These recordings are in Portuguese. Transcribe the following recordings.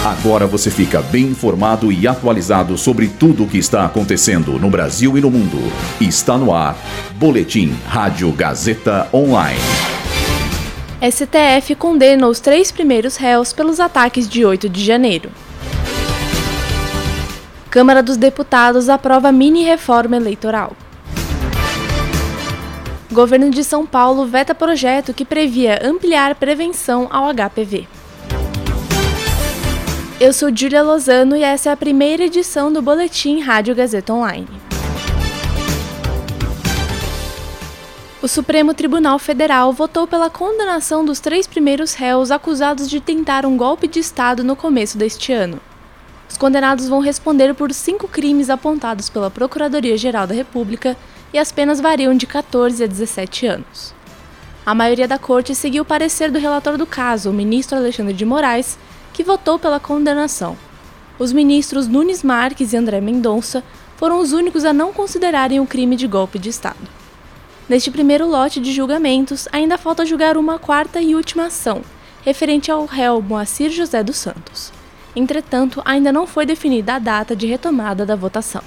Agora você fica bem informado e atualizado sobre tudo o que está acontecendo no Brasil e no mundo. Está no ar, Boletim Rádio Gazeta Online. STF condena os 3 primeiros réus pelos ataques de 8 de janeiro. Câmara dos Deputados aprova mini-reforma eleitoral. Governo de São Paulo veta projeto que previa ampliar prevenção ao HPV. Eu sou Júlia Lozano e essa é a primeira edição do Boletim Rádio Gazeta Online. O Supremo Tribunal Federal votou pela condenação dos 3 primeiros réus acusados de tentar um golpe de Estado no começo deste ano. Os condenados vão responder por 5 crimes apontados pela Procuradoria-Geral da República e as penas variam de 14 a 17 anos. A maioria da corte seguiu o parecer do relator do caso, o ministro Alexandre de Moraes, que votou pela condenação. Os ministros Nunes Marques e André Mendonça foram os únicos a não considerarem o crime de golpe de Estado. Neste primeiro lote de julgamentos, ainda falta julgar uma 4ª e última ação, referente ao réu Moacir José dos Santos. Entretanto, ainda não foi definida a data de retomada da votação.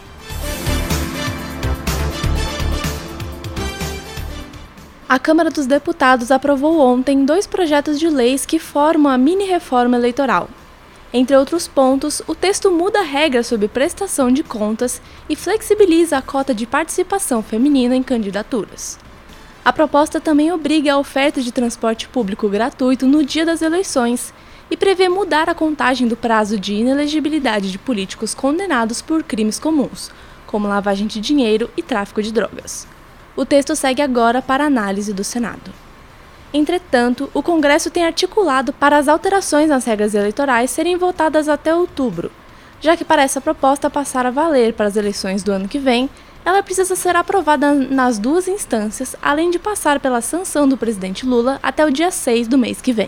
A Câmara dos Deputados aprovou ontem 2 projetos de leis que formam a mini-reforma eleitoral. Entre outros pontos, o texto muda a regra sobre prestação de contas e flexibiliza a cota de participação feminina em candidaturas. A proposta também obriga a oferta de transporte público gratuito no dia das eleições e prevê mudar a contagem do prazo de inelegibilidade de políticos condenados por crimes comuns, como lavagem de dinheiro e tráfico de drogas. O texto segue agora para análise do Senado. Entretanto, o Congresso tem articulado para as alterações nas regras eleitorais serem votadas até outubro, já que para essa proposta passar a valer para as eleições do ano que vem, ela precisa ser aprovada nas 2 instâncias, além de passar pela sanção do presidente Lula até o dia 6 do mês que vem.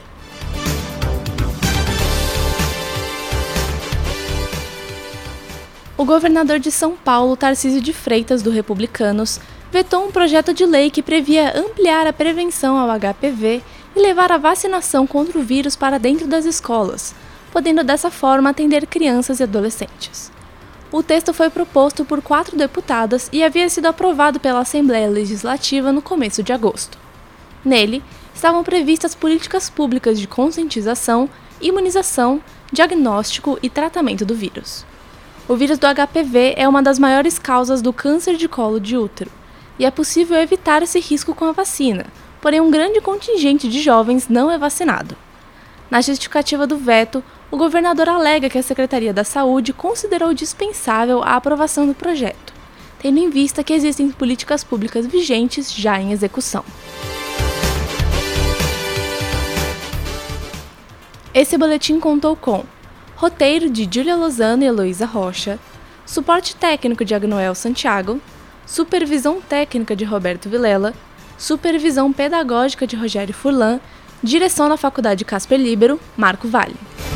O governador de São Paulo, Tarcísio de Freitas, do Republicanos, vetou um projeto de lei que previa ampliar a prevenção ao HPV e levar a vacinação contra o vírus para dentro das escolas, podendo dessa forma atender crianças e adolescentes. O texto foi proposto por 4 deputadas e havia sido aprovado pela Assembleia Legislativa no começo de agosto. Nele, estavam previstas políticas públicas de conscientização, imunização, diagnóstico e tratamento do vírus. O vírus do HPV é uma das maiores causas do câncer de colo de útero, e é possível evitar esse risco com a vacina, porém um grande contingente de jovens não é vacinado. Na justificativa do veto, o governador alega que a Secretaria da Saúde considerou dispensável a aprovação do projeto, tendo em vista que existem políticas públicas vigentes já em execução. Esse boletim contou com roteiro de Júlia Lozano e Heloísa Rocha, suporte técnico de Agnoel Santiago, supervisão técnica de Roberto Vilela, supervisão pedagógica de Rogério Furlan, direção da Faculdade Casper Líbero, Marco Vale.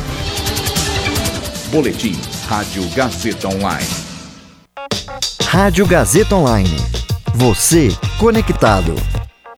Boletim Rádio Gazeta Online. Rádio Gazeta Online. Você conectado.